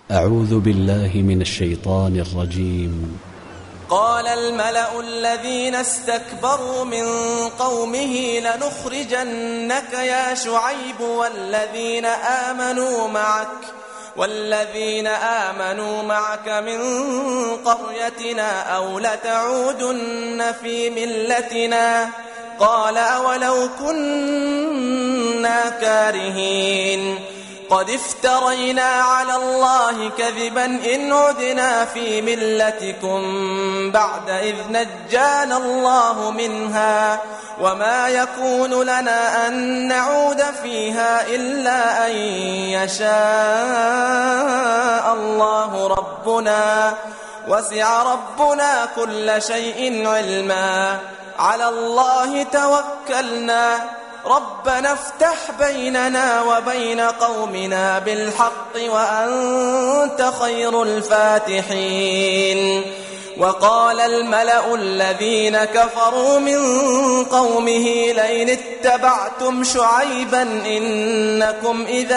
أعوذ بالله من الشيطان الرجيم. قال الملأ الذين استكبروا من قومه لنخرجنك يا شعيب والذين آمنوا معك من قريتنا أو لتعودن في ملتنا قال أولو كنا كارهين قد افترينا على الله كذبا إن عدنا في ملتكم بعد إذ نجانا الله منها وما يكون لنا أن نعود فيها إلا أن يشاء الله ربنا وسع ربنا كل شيء علما على الله توكلنا ربنا افتح بيننا وبين قومنا بالحق وأنت خير الفاتحين. وقال الملأ الذين كفروا من قومه لئن اتبعتم شعيبا إنكم إذا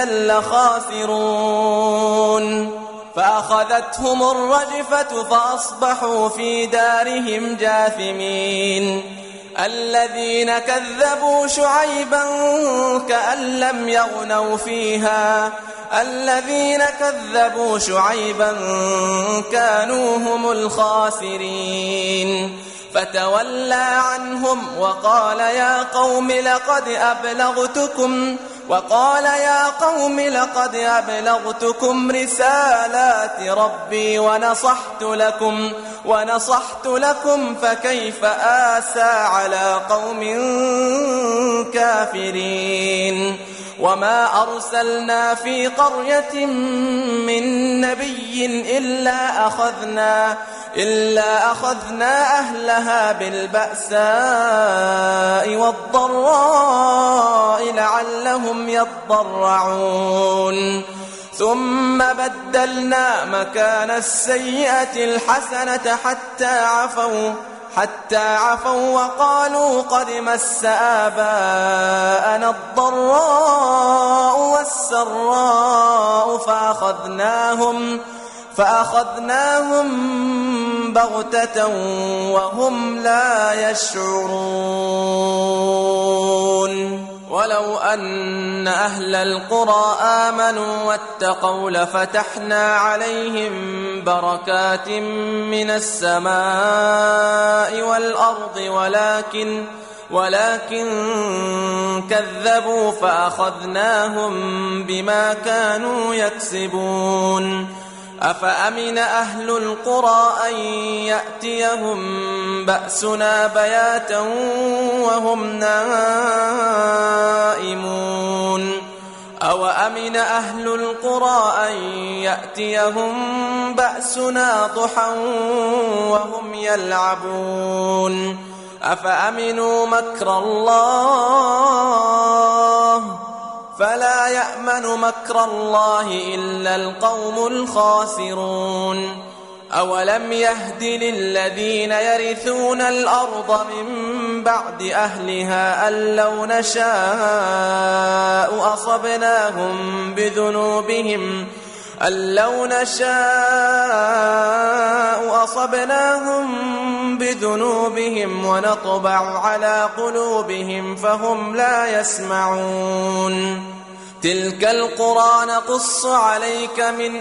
لخاسرون فأخذتهم الرجفة فأصبحوا في دارهم جاثمين. الذين كذبوا شعيبا كأن لم يغنوا فيها الذين كذبوا شعيبا كانوا هم الخاسرين فتولى عنهم وقال يا قوم لقد أبلغتكم رسالات ربي ونصحت لكم فكيف آسى على قوم كافرين. وما أرسلنا في قرية من نبي إلا أخذنا أهلها بالبأساء والضراء لعلهم يضرعون ثم بدلنا مكان السيئة الحسنة حتى عفوا وقالوا قد مس آباءنا الضراء والسراء فأخذناهم بغتة وهم لا يشعرون. ولو أن أهل القرى آمنوا واتقوا لفتحنا عليهم بركات من السماء والأرض ولكن كذبوا فأخذناهم بما كانوا يكسبون. أفأمن أهل القرى أن يأتيهم بأسنا بياتا وهم نائمون أو أمن أهل القرى أن يأتيهم بأسنا ضحى وهم يلعبون أفأمنوا مكر الله فلا يأمن مكر الله إلا القوم الخاسرون. أولم يهد للذين يرثون الأرض من بعد أهلها أن لو نشاء أصبناهم بذنوبهم ونطبع على قلوبهم فهم لا يسمعون. تلك القرى نقص عليك من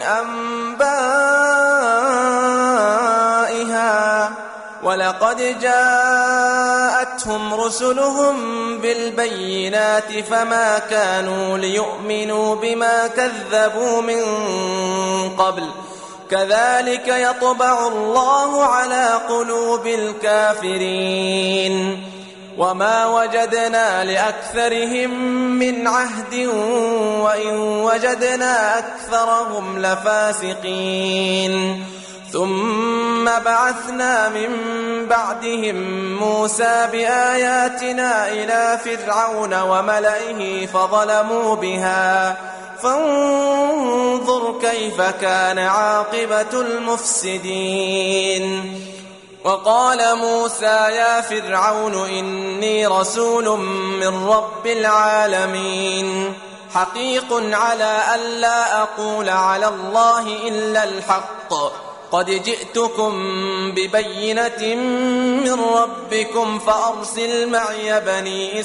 أنبائها ولقد جاءتهم رسلهم بالبينات فما كانوا ليؤمنوا بما كذبوا من قبل كذلك يطبع الله على قلوب الكافرين. وما وجدنا لأكثرهم من عهد وإن وجدنا أكثرهم لفاسقين. ثم بعثنا من بعدهم موسى بآياتنا إلى فرعون وملئه فظلموا بها فانظر كيف كان عاقبة المفسدين. وقال موسى يا فرعون إني رسول من رب العالمين حقيق على ألا أقول على الله إلا الحق قد جئتكم ببينة من ربكم فأرسل معي بني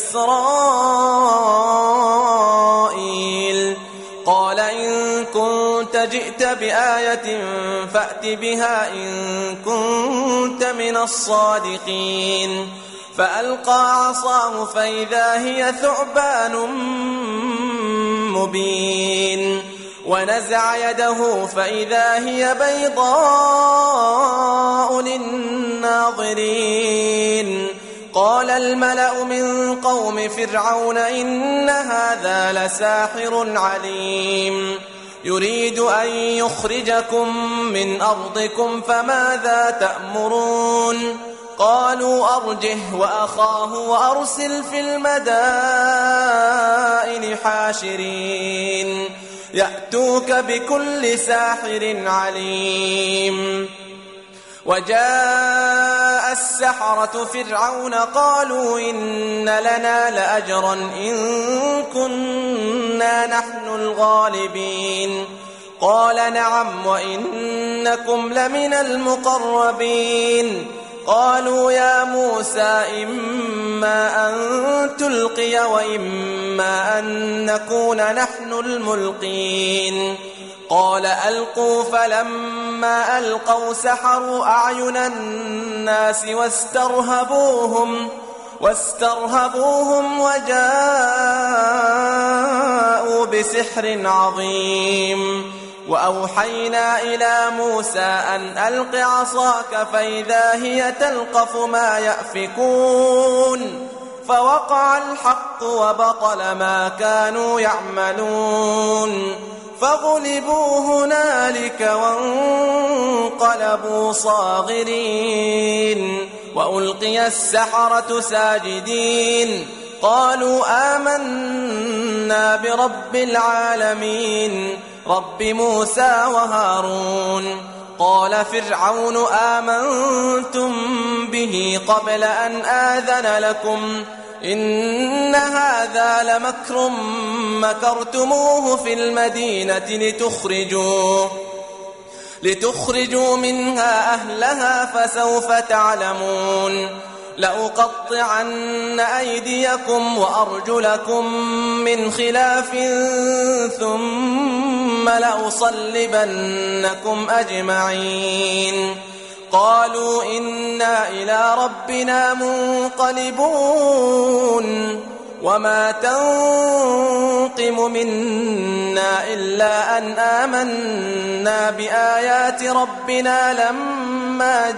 إسرائيل قال إن كنت جئت بآية فأت بها إن كنت من الصادقين فألقى عصاه فإذا هي ثعبان مبين ونزع يده فإذا هي بيضاء للناظرين قال الملأ من قوم فرعون إن هذا لساحر عليم يريد أن يخرجكم من أرضكم فماذا تأمرون قالوا أرجه وأخاه وأرسل في المدائن حاشرين يأتوك بكل ساحر عليم وجاء السحرة فرعون قالوا إن لنا لأجرا إن كنا نحن الغالبين قال نعم وإنكم لمن المقربين قالوا يا موسى إما أن تلقي وإما أن نكون نحن الملقين قال ألقوا فلما ألقوا سحروا أعين الناس واسترهبوهم وجاءوا بسحر عظيم وأوحينا إلى موسى أن ألق عصاك فإذا هي تلقف ما يأفكون فوقع الحق وبطل ما كانوا يعملون فغلبوا هنالك وانقلبوا صاغرين وألقي السحرة ساجدين قالوا آمنا برب العالمين رب موسى وهارون قال فرعون آمنتم به قبل أن آذن لكم إن هذا لمكر مكرتموه في المدينة لتخرجوا منها أهلها فسوف تعلمون لأقطعن أيديكم وأرجلكم من خلاف ثم لأصلبنكم أجمعين قالوا إنا إلى ربنا منقلبون وما تنقم منا إلا أن آمنا بآيات ربنا لما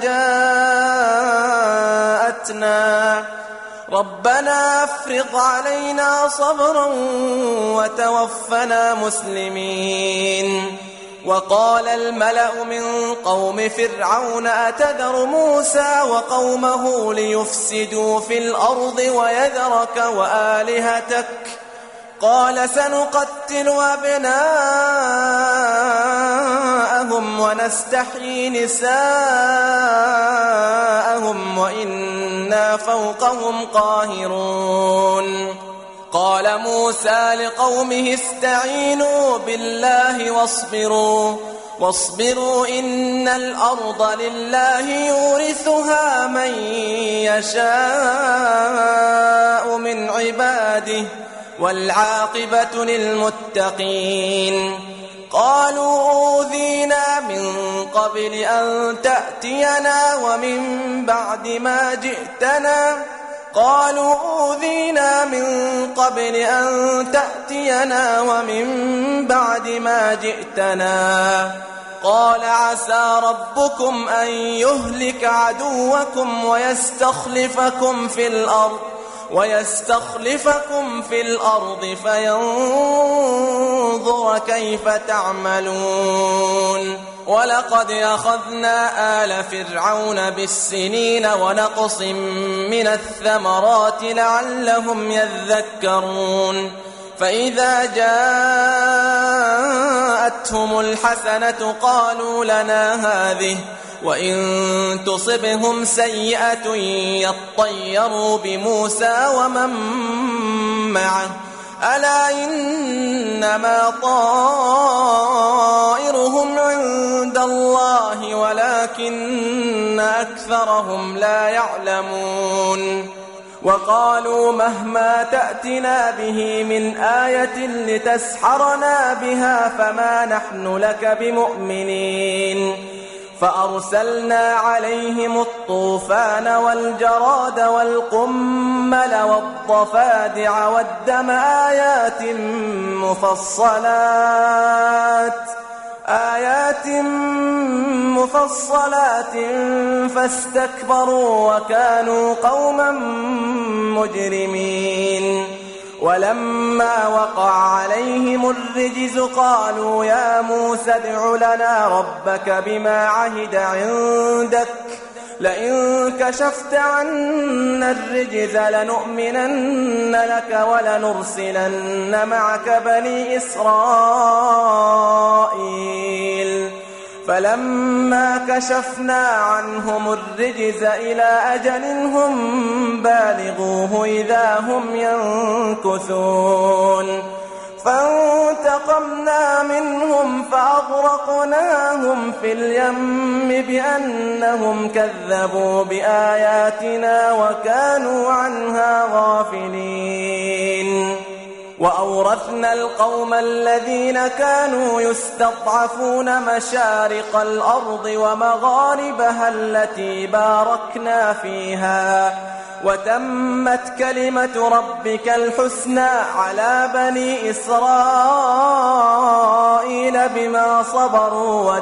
جاءتنا ربنا افرض علينا صبرا وتوفنا مسلمين وقال الملأ من قوم فرعون أتذر موسى وقومه ليفسدوا في الأرض ويذرك وآلهتك قال سنقتل أبناءهم ونستحيي نساءهم وإنا فوقهم قاهرون قال موسى لقومه استعينوا بالله واصبروا إن الأرض لله يورثها من يشاء من عباده والعاقبة للمتقين قالوا أوذينا من قبل أن تأتينا ومن بعد ما جئتنا قال عسى ربكم أن يهلك عدوكم ويستخلفكم في الأرض فينظر كيف تعملون ولقد أخذنا آل فرعون بالسنين ونقص من الثمرات لعلهم يذكرون فإذا جاءتهم الحسنة قالوا لنا هذه وإن تصبهم سيئة يطيروا بموسى ومن معه ألا إنما طائرهم عند الله ولكن أكثرهم لا يعلمون وقالوا مهما تأتنا به من آية لتسحرنا بها فما نحن لك بمؤمنين فأرسلنا عليهم الطوفان والجراد والقمل والضفادع والدم آيات مفصلات فاستكبروا وكانوا قوما مجرمين ولما وقع عليهم الرجز قالوا يا موسى ادع لنا ربك بما عهد عندك لئن كشفت عنا الرجز لنؤمنن لك ولنرسلن معك بني إسرائيل فلما كشفنا عنهم الرجز إلى أجل هم بالغوه إذا هم ينكثون فانتقمنا منهم فأغرقناهم في اليم بأنهم كذبوا بآياتنا وكانوا عنها غافلين وأورثنا القوم الذين كانوا يستضعفون مشارق الأرض ومغاربها التي باركنا فيها وتمت كلمة ربك الحسنى على بني إسرائيل بما صبروا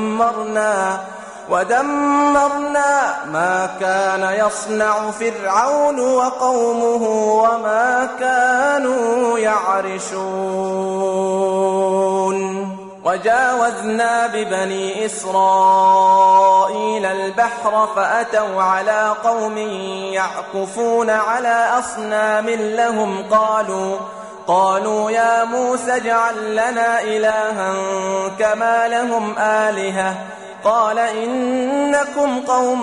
ودمرنا ما كان يصنع فرعون وقومه وما كانوا يعرشون وجاوزنا ببني إسرائيل البحر فأتوا على قوم يعكفون على أصنام لهم قالوا يا موسى اجعل لنا إلها كما لهم آلهة قال إنكم قوم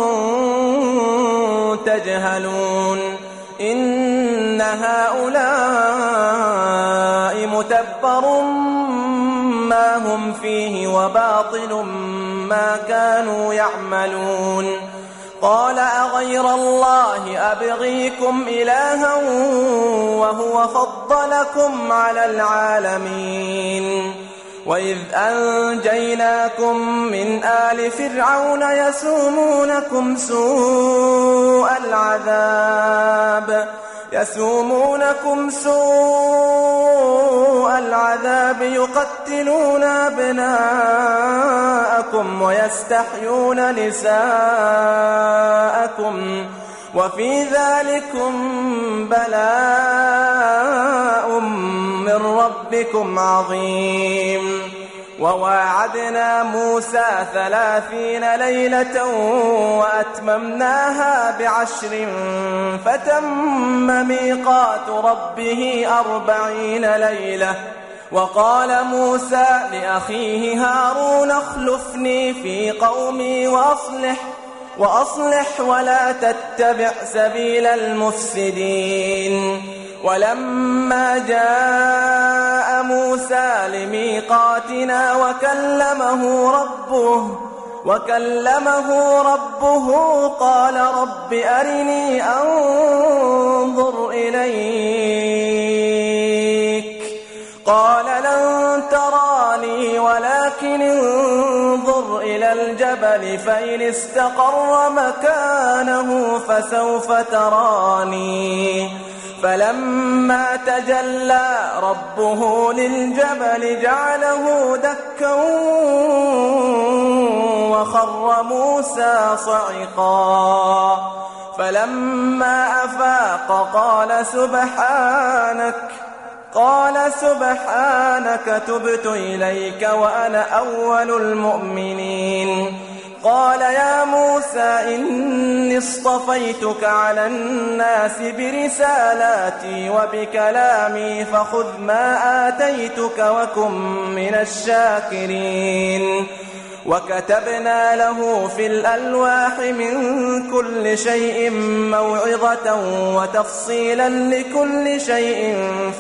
تجهلون إن هؤلاء متبر ما هم فيه وباطل ما كانوا يعملون قال أغير الله أبغيكم إلها وهو فضلكم على العالمين وإذ أنجيناكم من آل فرعون يسومونكم سوء العذاب يقتلون أبناءكم ويستحيون نساءكم وفي ذلكم بلاء من ربكم عظيم وواعدنا موسى 30 ليلة وأتممناها ب10 فتم ميقات ربه 40 ليلة وقال موسى لأخيه هارون اخلفني في قومي وأصلح ولا تتبع سبيل المفسدين ولما جاء موسى لميقاتنا وكلمه ربه قال رب أرني أنظر إليك قال لن تراني ولكن انظر إلى الجبل فإن استقر مكانه فسوف تراني فلما تجلى ربه للجبل جعله دكا وخر موسى صعقا فلما أفاق قال سبحانك تبت إليك وأنا أول المؤمنين قال يا موسى إني اصطفيتك على الناس برسالاتي وبكلامي فخذ ما آتيتك وكن من الشاكرين وكتبنا له في الألواح من كل شيء موعظة وتفصيلا لكل شيء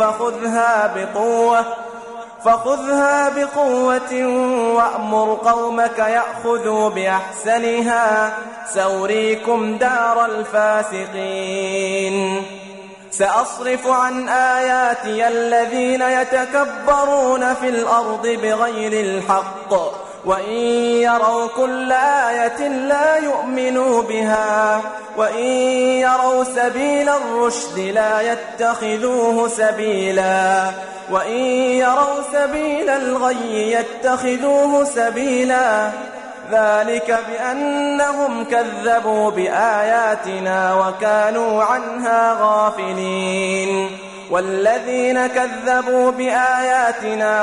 فخذها بقوة وأمر قومك يأخذوا بأحسنها سأريكم دار الفاسقين سأصرف عن آياتي الذين يتكبرون في الأرض بغير الحق وإن يروا كل آية لا يؤمنوا بها وإن يروا سبيل الرشد لا يتخذوه سبيلا وإن يروا سبيل الغي يتخذوه سبيلا ذلك بأنهم كذبوا بآياتنا وكانوا عنها غافلين والذين كذبوا بآياتنا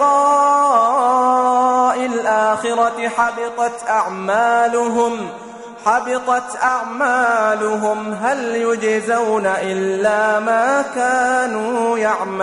ولقاء الآخرة حبطت أعمالهم هل يجزون إلا ما كانوا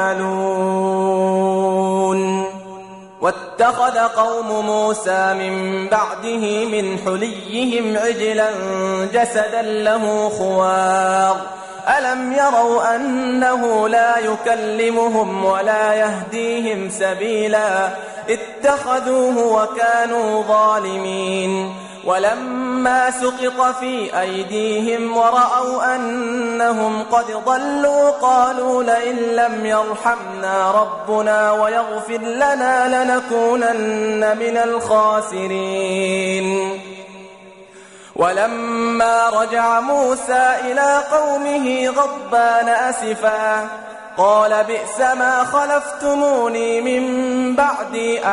يعملون واتخذ قوم موسى من بعده من حليهم عجلا جسدا له خوار ألم يروا أنه لا يكلمهم ولا يهديهم سبيلا اتخذوه وكانوا ظالمين ولما سقط في أيديهم ورأوا أنهم قد ضلوا قالوا لئن لم يرحمنا ربنا ويغفر لنا لنكونن من الخاسرين ولما رجع موسى إلى قومه غضبان أسفا قال بئس ما خلفتموني من بعدي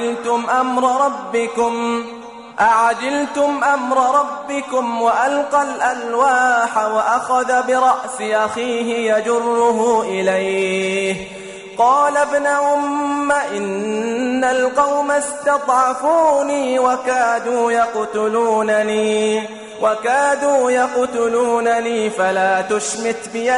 أعجلتم أمر ربكم وألقى الألواح وأخذ برأس أخيه يجره إليه قال ابن أم إن القوم استضعفوني وكادوا يقتلونني فلا تشمت بي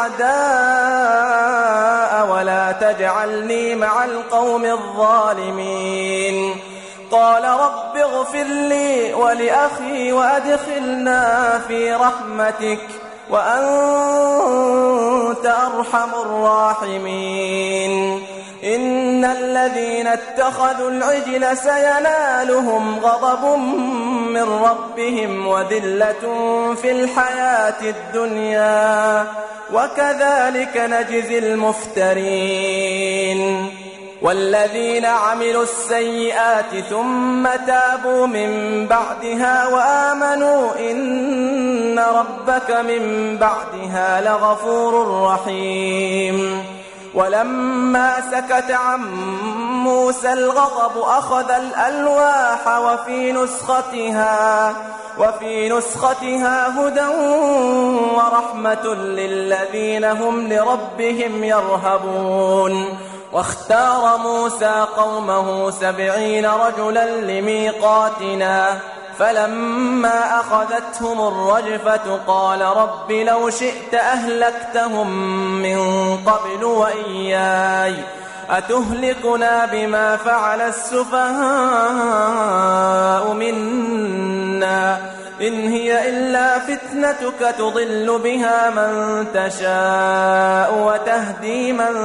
الأعداء ولا تجعلني مع القوم الظالمين قال رب اغفر لي ولأخي وأدخلنا في رحمتك وأنت أرحم الراحمين إن الذين اتخذوا العجل سينالهم غضب من ربهم وذلة في الحياة الدنيا وكذلك نجزي المفترين والذين عملوا السيئات ثم تابوا من بعدها وآمنوا إن ربك من بعدها لغفور رحيم ولما سكت عن موسى الغضب أخذ الألواح وفي نسختها هدى ورحمة للذين هم لربهم يرهبون واختار موسى قومه 70 رجلا لميقاتنا فلما أخذتهم الرجفة قال رب لو شئت أهلكتهم من قبل وإياي أتهلكنا بما فعل السفهاء منا إن هي إلا فتنتك تضل بها من تشاء وتهدي من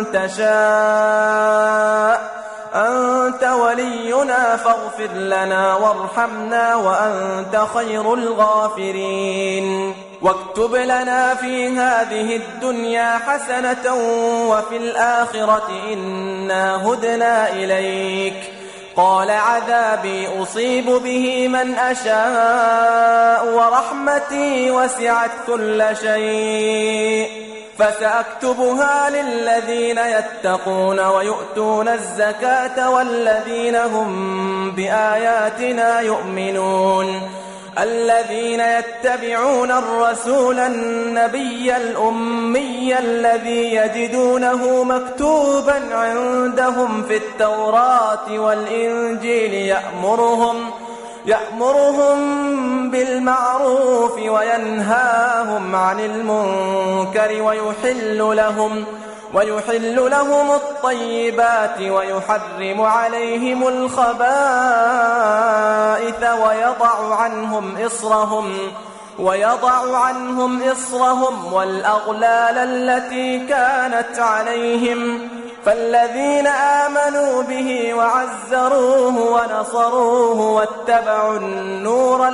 تشاء أنت ولينا فاغفر لنا وارحمنا وأنت خير الغافرين واكتب لنا في هذه الدنيا حسنة وفي الآخرة إنا هدنا إليك قال عذابي أصيب به من أشاء ورحمتي وسعت كل شيء فسأكتبها للذين يتقون ويؤتون الزكاة والذين هم بآياتنا يؤمنون الذين يتبعون الرسول النبي الأمي الذي يجدونه مكتوبا عندهم في التوراة والإنجيل يأمرهم بالمعروف ويحل لهم الطيبات ويحرم عليهم الخبائث ويضع عنهم إصرهم والأغلال التي كانت عليهم فالذين آمنوا به وعزروه ونصروه واتبعوا النور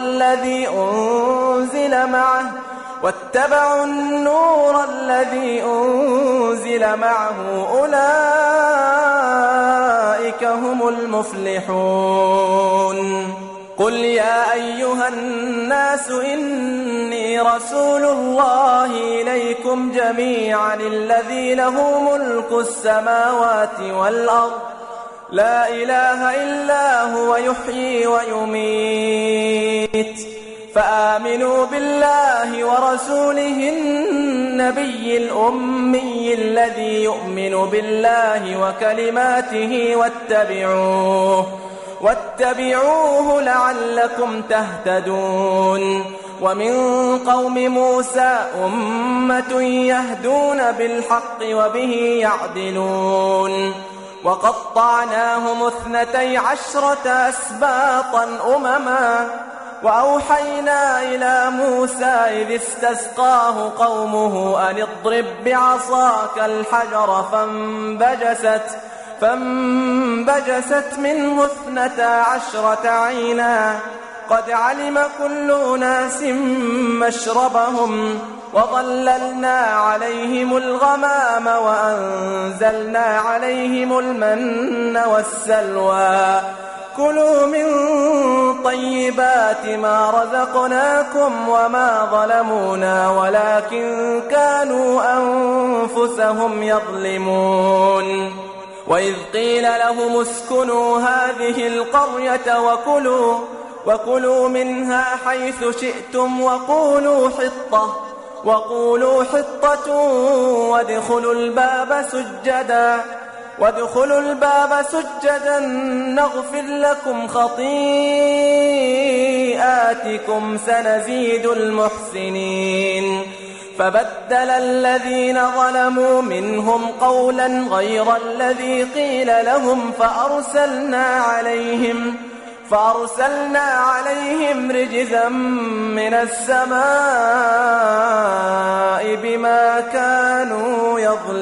الذي أنزل معه أولئك هم المفلحون. قل يا أيها الناس إني رسول الله إليكم جميعا الذي له ملك السماوات والأرض لا إله إلا هو يحيي ويميت فآمنوا بالله ورسوله النبي الأمي الذي يؤمن بالله وكلماته واتبعوه لعلكم تهتدون. ومن قوم موسى أمة يهدون بالحق وبه يعدلون وقطعناهم 12 أسباطا أمما وأوحينا إلى موسى إذ استسقاه قومه أن اضرب بعصاك الحجر فانبجست منه 12 عينا قد علم كل أناس مشربهم وظللنا عليهم الغمام وأنزلنا عليهم المن والسلوى كلوا من طيبات ما رزقناكم وما ظلمونا ولكن كانوا أنفسهم يظلمون. وإذ قيل لهم اسكنوا هذه القرية وكلوا منها حيث شئتم وقولوا حطة وادخلوا الباب سجدا نغفر لكم خطيئاتكم سنزيد المحسنين. فبدل الذين ظلموا منهم قولا غير الذي قيل لهم فأرسلنا عليهم رجزا من السماء بما كانوا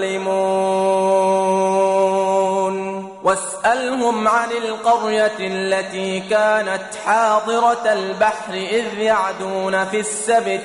يظلمون. واسألهم عن القرية التي كانت حاضرة البحر إذ يعدون في السبت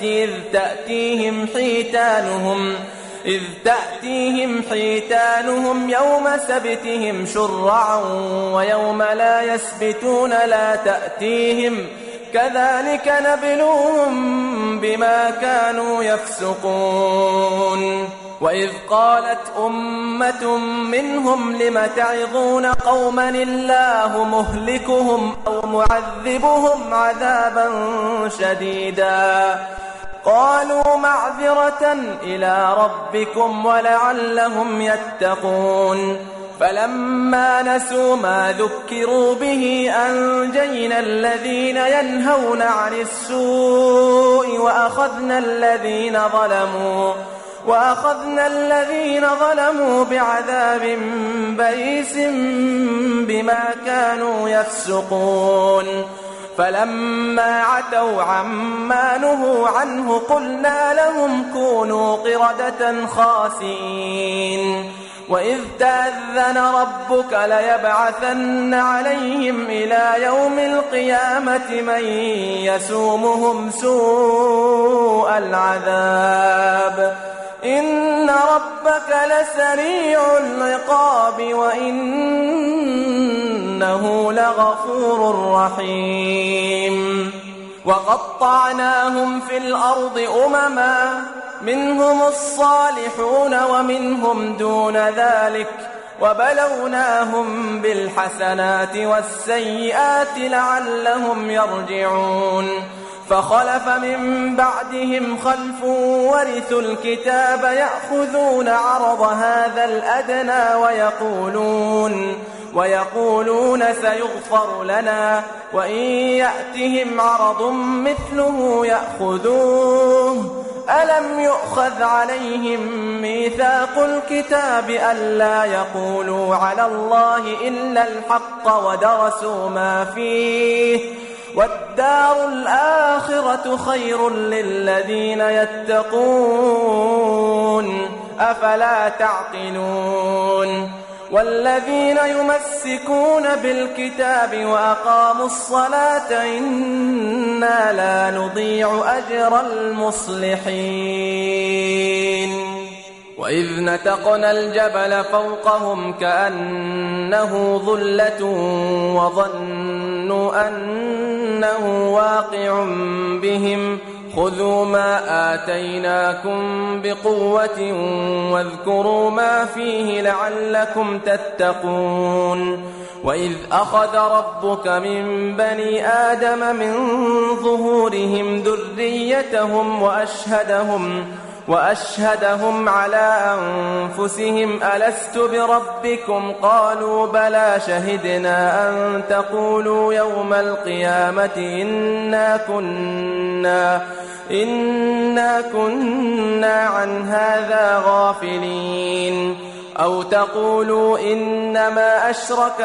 إذ تأتيهم حيتانهم يوم سبتهم شرعا ويوم لا يسبتون لا تأتيهم كذلك نبلوهم بما كانوا يفسقون. وإذ قالت أمة منهم لم تعظون قوما الله مهلكهم أو معذبهم عذابا شديدا قالوا معذرة إلى ربكم ولعلهم يتقون. فلما نسوا ما ذكروا به أنجينا الذين ينهون عن السوء وأخذنا الذين ظلموا بعذاب بئيس بما كانوا يفسقون. فلما عتوا عما نهوا عنه قلنا لهم كونوا قردة خاسئين. وإذ تأذن ربك ليبعثن عليهم إلى يوم القيامة من يسومهم سوء العذاب إن ربك لسريع العقاب وإنه لغفور رحيم. وقطعناهم في الأرض أمما منهم الصالحون ومنهم دون ذلك وبلوناهم بالحسنات والسيئات لعلهم يرجعون. فخلف من بعدهم خلف ورثوا الكتاب يأخذون عرض هذا الأدنى ويقولون سيغفر لنا وإن يأتهم عرض مثله يأخذوه ألم يؤخذ عليهم ميثاق الكتاب ألا يقولوا على الله إلا الحق ودرسوا ما فيه والدار الآخرة خير للذين يتقون أفلا تعقلون والذين يمسكون بالكتاب وأقاموا الصلاة إنا لا نضيع أجر المصلحين وإذ نتقنا الجبل فوقهم كأنه ظلة وظنوا أنه واقع بهم خذوا ما آتيناكم بقوة واذكروا ما فيه لعلكم تتقون وإذ أخذ ربك من بني آدم من ظهورهم ذريتهم وأشهدهم على أنفسهم ألست بربكم قالوا بلى شهدنا أن تقولوا يوم القيامة إنا كنا عن هذا غافلين أو تقولوا إنما أشرك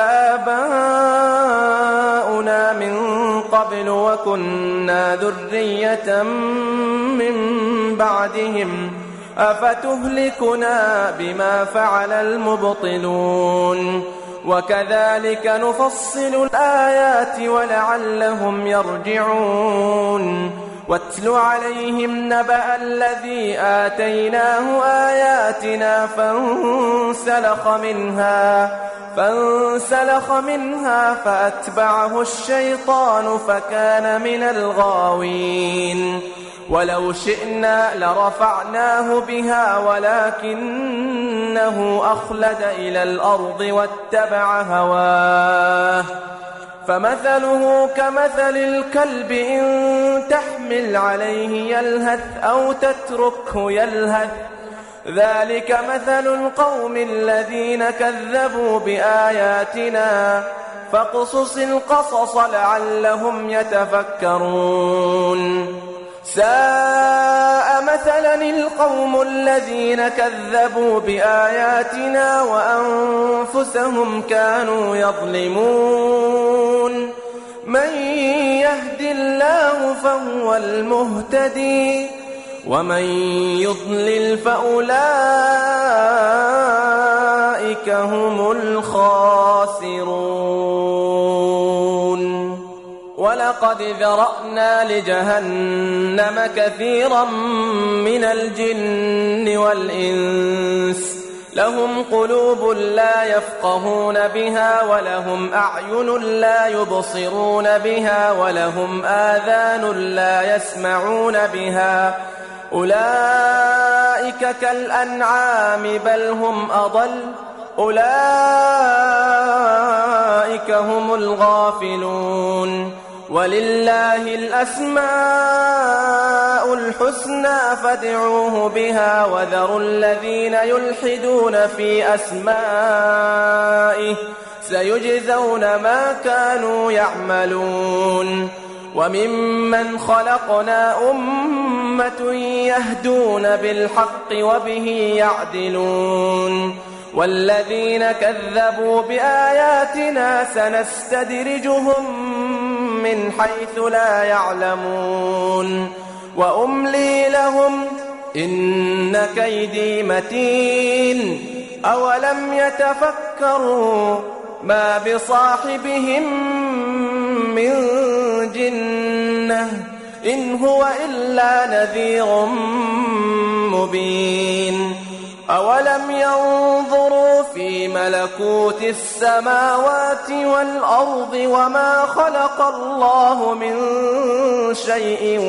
آباؤنا من قبل وكنا ذرية من بعدهم أفتهلكنا بما فعل المبطلون وكذلك نفصل الآيات ولعلهم يرجعون واتل عليهم نبأ الذي آتيناه آياتنا فانسلخ منها فأتبعه الشيطان فكان من الغاوين ولو شئنا لرفعناه بها ولكنه أخلد إلى الأرض واتبع هواه فمثله كمثل الكلب إن تحمل عليه يلهث أو تتركه يلهث ذلك مثل القوم الذين كذبوا بآياتنا فاقصص القصص لعلهم يتفكرون ساء مثلا القوم الذين كذبوا بآياتنا وأنفسهم كانوا يظلمون من يهد الله فهو المهتدي ومن يضلل فأولئك هم الخاسرون ولقد ذرأنا لجهنم كثيرا من الجن والإنس لهم قلوب لا يفقهون بها ولهم أعين لا يبصرون بها ولهم آذان لا يسمعون بها أولئك كالأنعام بل هم أضل أولئك هم الغافلون ولله الأسماء الحسنى فادعوه بها وذروا الذين يلحدون في أسمائه سيجزون ما كانوا يعملون وممن خلقنا أمة يهدون بالحق وبه يعدلون والذين كذبوا بآياتنا سنستدرجهم من حيث لا يعلمون وأملي لهم إن كيدي متين أولم يتفكروا ما بصاحبهم من جنة إن هو إلا نذير مبين أولم ينظروا في ملكوت السماوات والأرض وما خلق الله من شيء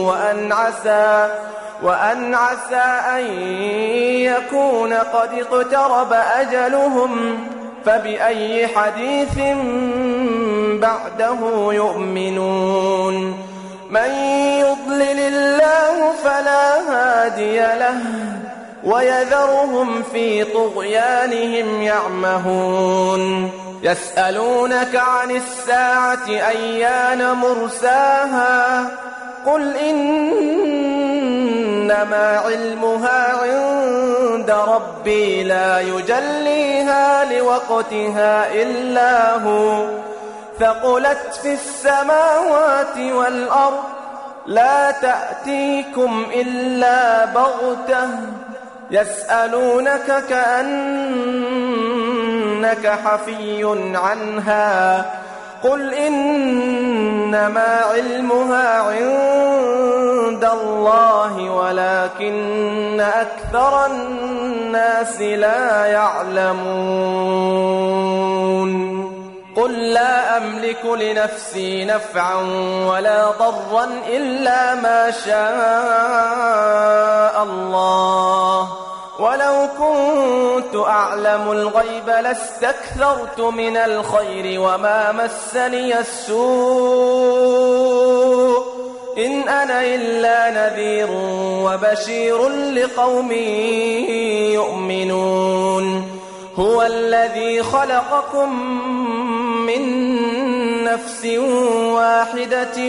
وأن عسى أن يكون قد اقترب أجلهم فبأي حديث بعده يؤمنون من يضلل الله فلا هادي له ويذرهم في طغيانهم يعمهون يسألونك عن الساعة أيان مرساها قل إنما إنما علمها عند ربي لا يجليها لوقتها إلا هو ثقلت في السماوات والأرض لا تأتيكم إلا بغتة يسألونك كأنك حفي عنها قل إنما علمها عند الله ولكن أكثر الناس لا يعلمون قل لا أملك لنفسي نفعا ولا ضرا إلا ما شاء الله ولو كنت أعلم الغيب لاستكثرت من الخير وما مسني السوء إن أنا إلا نذير وبشير لقوم يؤمنون هو الذي خلقكم من نفس واحدة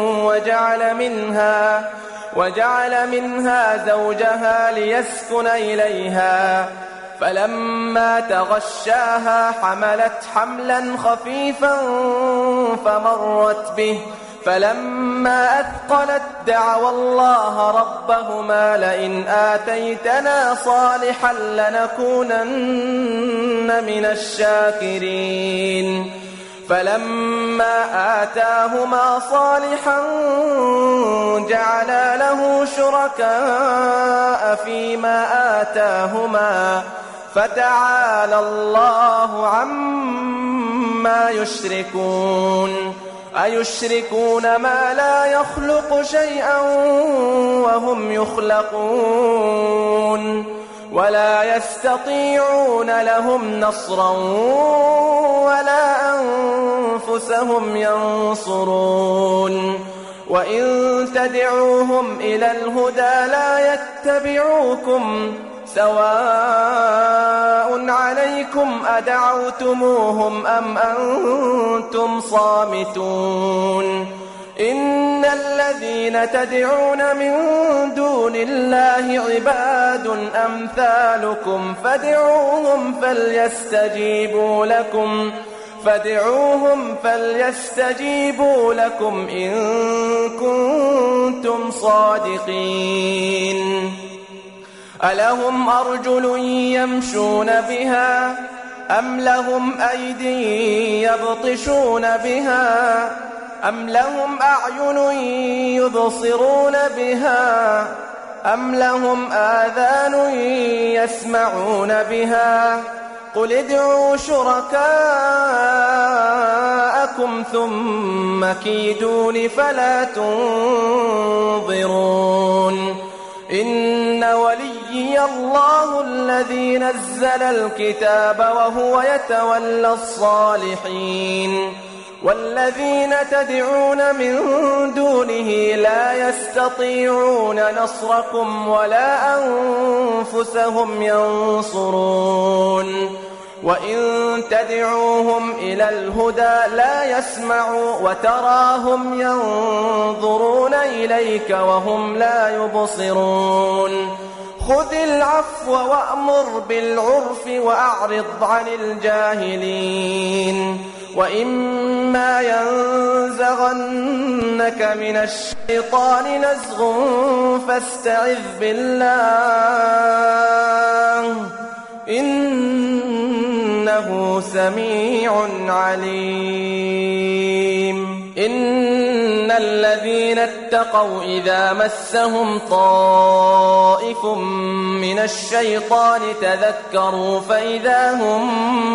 وجعل منها زوجها ليسكن إليها فلما تغشاها حملت حملا خفيفا فمرت به فلما أثقلت دعوا الله ربهما لئن آتيتنا صالحا لنكونن من الشاكرين فلما آتاهما صالحا جعلا له شركاء فيما آتاهما فتعالى الله عما يشركون أيشركون ما لا يخلق شيئا وهم يخلقون ولا يستطيعون لهم نصرا ولا أنفسهم ينصرون وإن تدعوهم إلى الهدى لا يتبعوكم سواء عليكم أدعوتموهم أم أنتم صامتون إن الذين تدعون من دون الله عباد أمثالكم فادعوهم فليستجيبوا لكم إن كنتم صادقين ألهم أرجل يمشون بها أم لهم أيدي يبطشون بها أم لهم أعين يبصرون بها أم لهم آذان يسمعون بها قل ادعوا شركاءكم ثم كيدون فلا تنظرون إن وليي الله الذي نزل الكتاب وهو يتولى الصالحين والذين تدعون من دونه لا يستطيعون نصركم ولا أنفسهم ينصرون وإن تدعوهم إلى الهدى لا يسمعوا وتراهم ينظرون إليك وهم لا يبصرون خذ العفو وأمر بالعرف وأعرض عن الجاهلين وإما ينزغنك من الشيطان نزغ فاستعذ بالله إنه سميع عليم إن الذين اتقوا إذا مسهم طائف من الشيطان تذكروا فإذا هم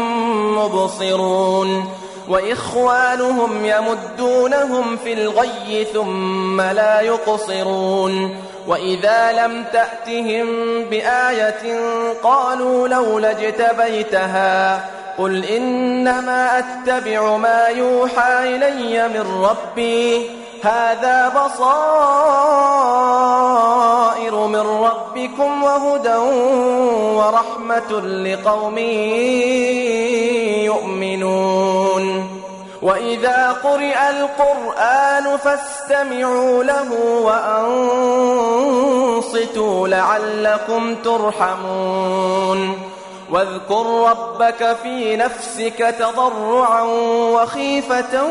مبصرون وإخوانهم يمدونهم في الغي ثم لا يقصرون وإذا لم تأتهم بآية قالوا لولا اجتبيتها قل إنما أتبع ما يوحى إلي من ربي هذا بصائر من ربكم وهدى ورحمة لقوم يؤمنون وإذا قرئ القرآن فاستمعوا له وأنصتوا لعلكم ترحمون واذكر ربك في نفسك تضرعا وخيفة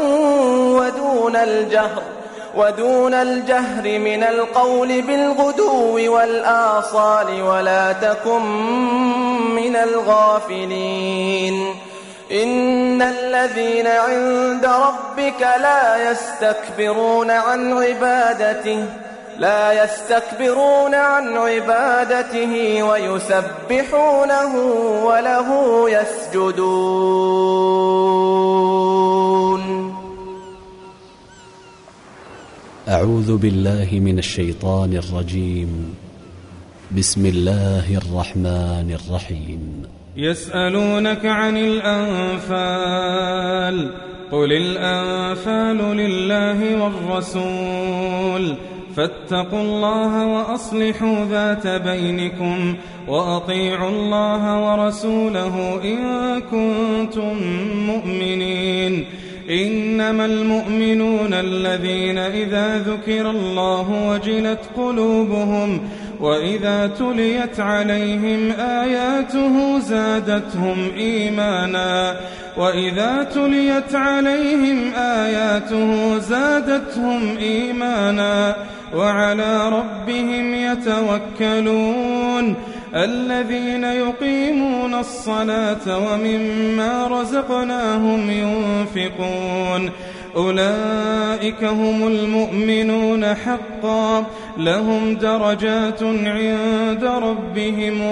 ودون الجهر من القول بالغدو والآصال ولا تكن من الغافلين إن الذين عند ربك لا يستكبرون عن عبادته ويسبحونه وله يسجدون. أعوذ بالله من الشيطان الرجيم. بسم الله الرحمن الرحيم. يسألونك عن الأنفال قل الأنفال لله والرسول فاتقوا الله وأصلحوا ذات بينكم وأطيعوا الله ورسوله إن كنتم مؤمنين. إنما المؤمنون الذين إذا ذكر الله وجلت قلوبهم وإذا تليت عليهم آياته زادتهم إيمانا وعلى ربهم يتوكلون. الذين يقيمون الصلاة ومما رزقناهم ينفقون أولئك هم المؤمنون حقا لهم درجات عند ربهم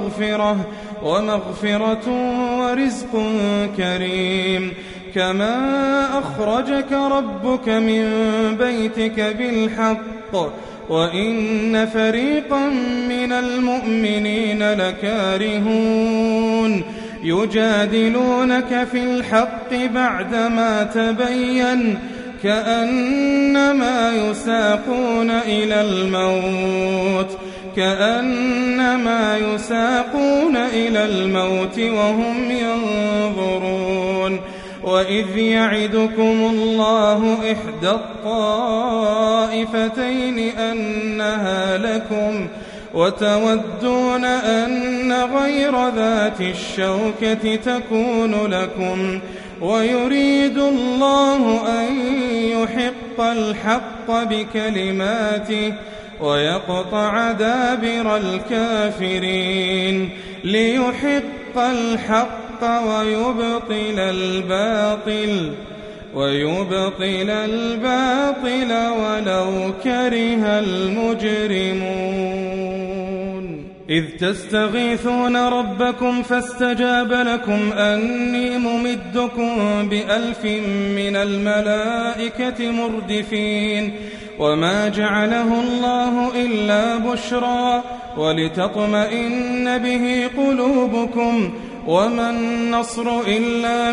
ومغفرة ورزق كريم. كما أخرجك ربك من بيتك بالحق وإن فريقا من المؤمنين لكارهون يجادلونك في الحق بعدما تبين كأنما يساقون إلى الموت وهم ينظرون. وإذ يعدكم الله إحدى الطائفتين أنها لكم وتودون أن غير ذات الشوكة تكون لكم ويريد الله أن يحق الحق بكلماته ويقطع دابر الكافرين ليحق الحق ويبطل الباطل ولو كره المجرمون. إذ تستغيثون ربكم فاستجاب لكم أني ممدكم ب1000 من الملائكة مردفين. وما جعله الله إلا بشرى ولتطمئن به قلوبكم وما النصر إلا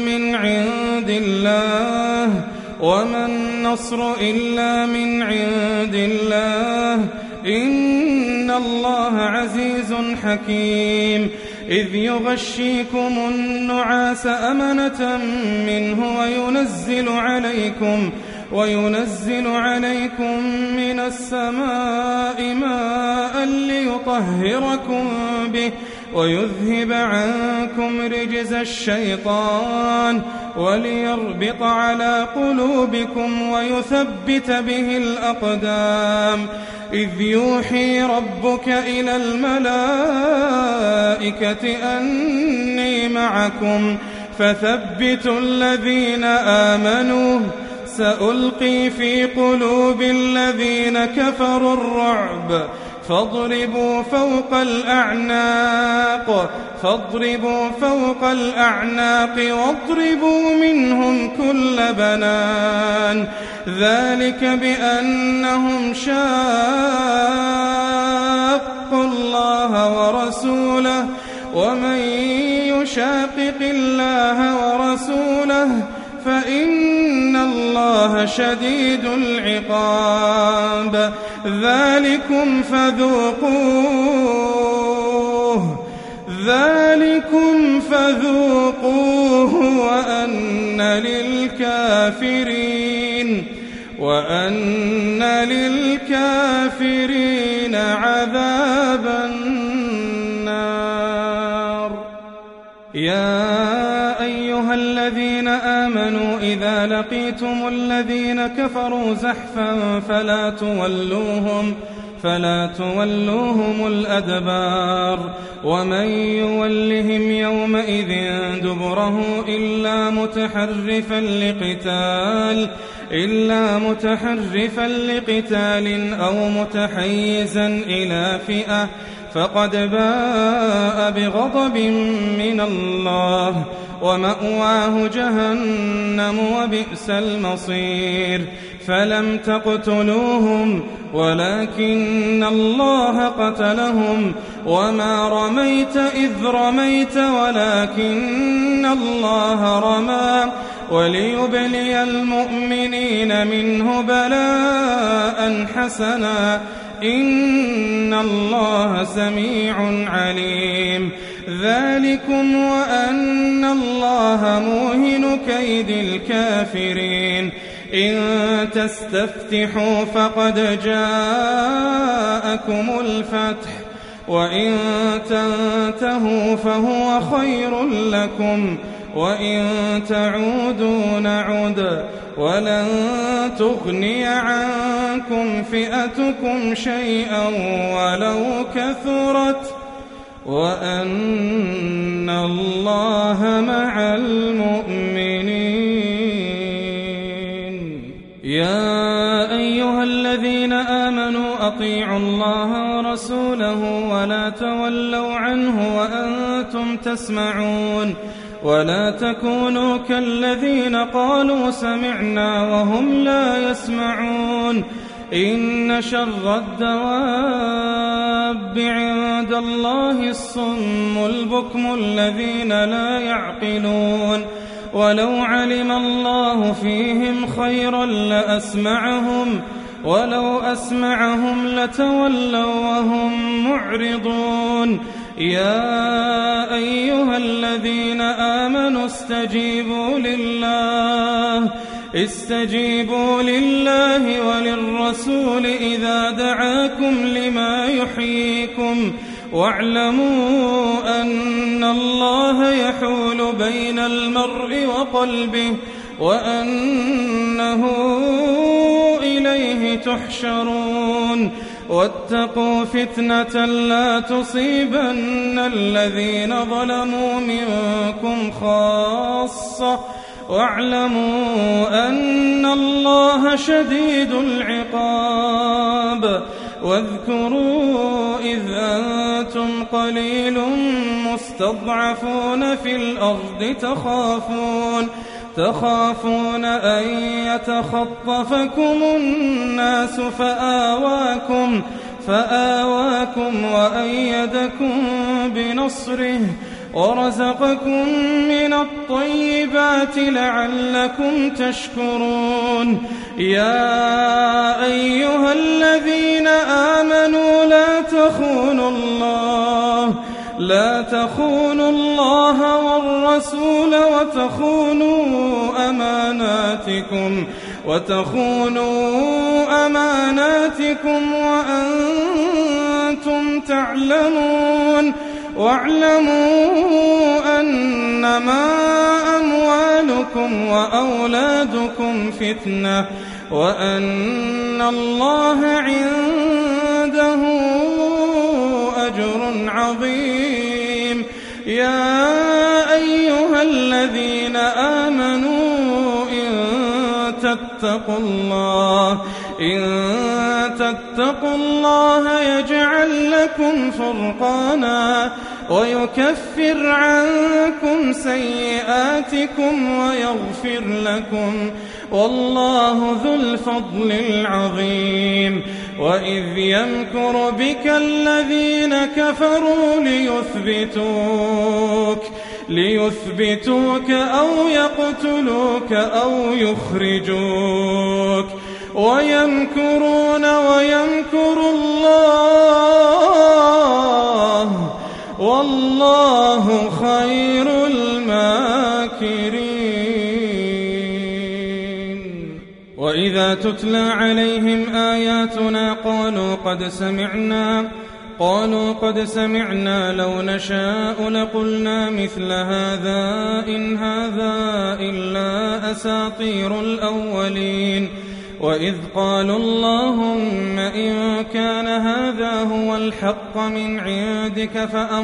من عند الله إن الله عزيز حكيم. إذ يغشيكم النعاس أمنة منه وينزل عليكم من السماء ماء ليطهركم به ويذهب عنكم رجز الشيطان وليربط على قلوبكم ويثبت به الأقدام. إذ يوحي ربك إلى الملائكة أني معكم فثبتوا الذين آمنوا سألقي في قلوب الذين كفروا الرعب فاضربوا فوق الأعناق واضربوا منهم كل بنان. ذلك بأنهم شاقوا الله ورسوله ومن يشاقق الله ورسوله فإن الله شديد العقاب. ذلكم فذوقوه وأن وأن للكافرين عذاب النار. يا أيها الذين آمنوا إذا لقيتم الذين كفروا زحفا فلا تولوهم الأدبار ومن يولهم يومئذ دبره إلا متحرفا لقتال أو متحيزا إلى فئة فقد باء بغضب من الله ومأواه جهنم وبئس المصير. فلم تقتلوهم ولكن الله قتلهم وما رميت إذ رميت ولكن الله رمى وليبلي المؤمنين منه بلاء حسنا إن الله سميع عليم. ذلكم وأن الله موهن كيد الكافرين. إن تستفتحوا فقد جاءكم الفتح وإن تنتهوا فهو خير لكم وإن تعودوا نعد ولن تغني عنكم فئتكم شيئا ولو كثرت وأن الله مع المؤمنين. يا أيها الذين آمنوا أطيعوا الله ورسوله ولا تولوا عنه وأنتم تسمعون ولا تكونوا كالذين قالوا سمعنا وهم لا يسمعون. إن شر الدواب عند الله الصم البكم الذين لا يعقلون. ولو علم الله فيهم خيرا لأسمعهم ولو أسمعهم لتولوا وهم معرضون. يا أيها الذين آمنوا استجيبوا لله وللرسول إذا دعاكم لما يحييكم واعلموا أن الله يحول بين المرء وقلبه وأنه إليه تحشرون. واتقوا فتنة لا تصيبن الذين ظلموا منكم خاصة واعلموا أن الله شديد العقاب. واذكروا إذ أنتم قليل مستضعفون في الأرض تخافون أن يتخطفكم الناس فآواكم وأيدكم بنصره ورزقكم من الطيبات لعلكم تشكرون. يا أيها الذين آمنوا لا تخونوا الله والرسول وتخونوا أماناتكم وأنتم تعلمون. واعلموا أنما أموالكم وأولادكم فتنة وأن الله عنده أجر عظيم. يا أيها الذين آمنوا إن تتقوا الله يجعل لكم فرقانا ويكفر عنكم سيئاتكم ويغفر لكم والله ذو الفضل العظيم. وإذ يمكر بك الذين كفروا ليثبتوك أو يقتلوك أو يخرجوك ويمكرون ويمكر الله والله خير الماكرين. وإذا تتلى عليهم آياتنا قالوا قد سمعنا لو نشاء لقلنا مثل هذا إن هذا إلا أساطير الأولين وإذ قالوا اللهم إن كان هذا هو الحق من عندك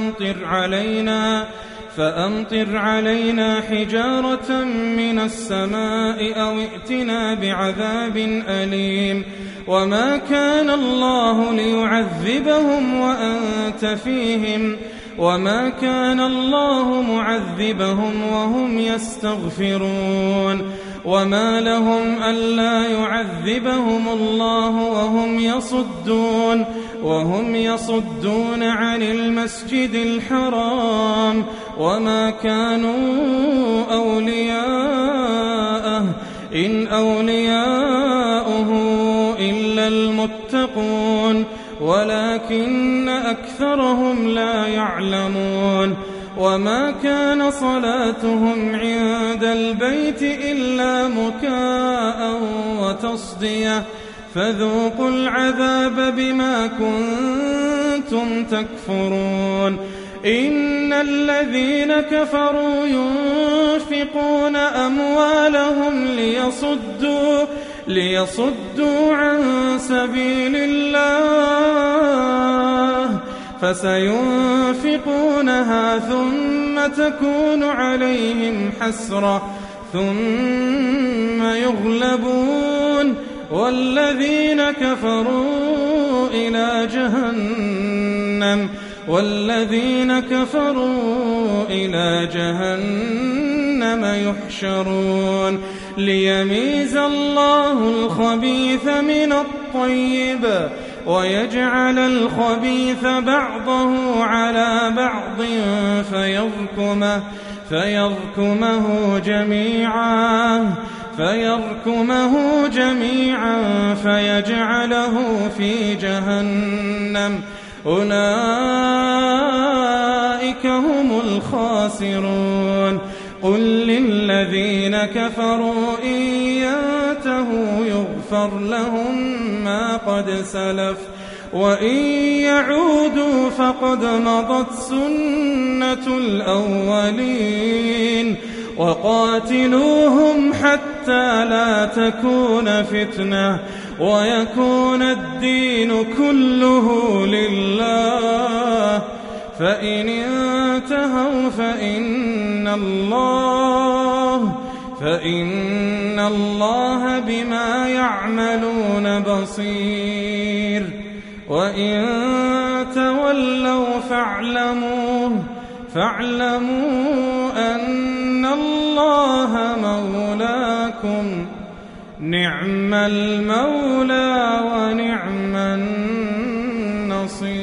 فأمطر علينا حجارة من السماء أو ائتنا بعذاب أليم وما كان الله ليعذبهم وأنت فيهم وما كان الله معذبهم وهم يستغفرون وما لهم ألا يعذبهم الله وهم يصدون عن المسجد الحرام وما كانوا أولياءه إن أولياؤه إلا المتقون ولكن أكثرهم لا يعلمون وما كان صلاتهم عند البيت إلا مكاء وتصدية فذوقوا العذاب بما كنتم تكفرون إن الذين كفروا ينفقون أموالهم ليصدوا عن سبيل الله فسينفقونها ثم تكون عليهم حسرة ثم يغلبون والذين كفروا إلى جهنم يحشرون ليميز الله الخبيث من الطيب ويجعل الخبيث بعضه على بعض فيركمه جميعا فيجعله في جهنم أولئك هم الخاسرون قل للذين كفروا إن ينتهوا يغفر لهم ما قد سلف وإن يعودوا فقد مضت سنة الأولين وقاتلوهم حتى لا تكون فتنة ويكون الدين كله لله فإن انتهوا فإن الله بما يعملون بصير وإن تولوا فاعلموا أن الله مولاكم نعم المولى ونعم النصير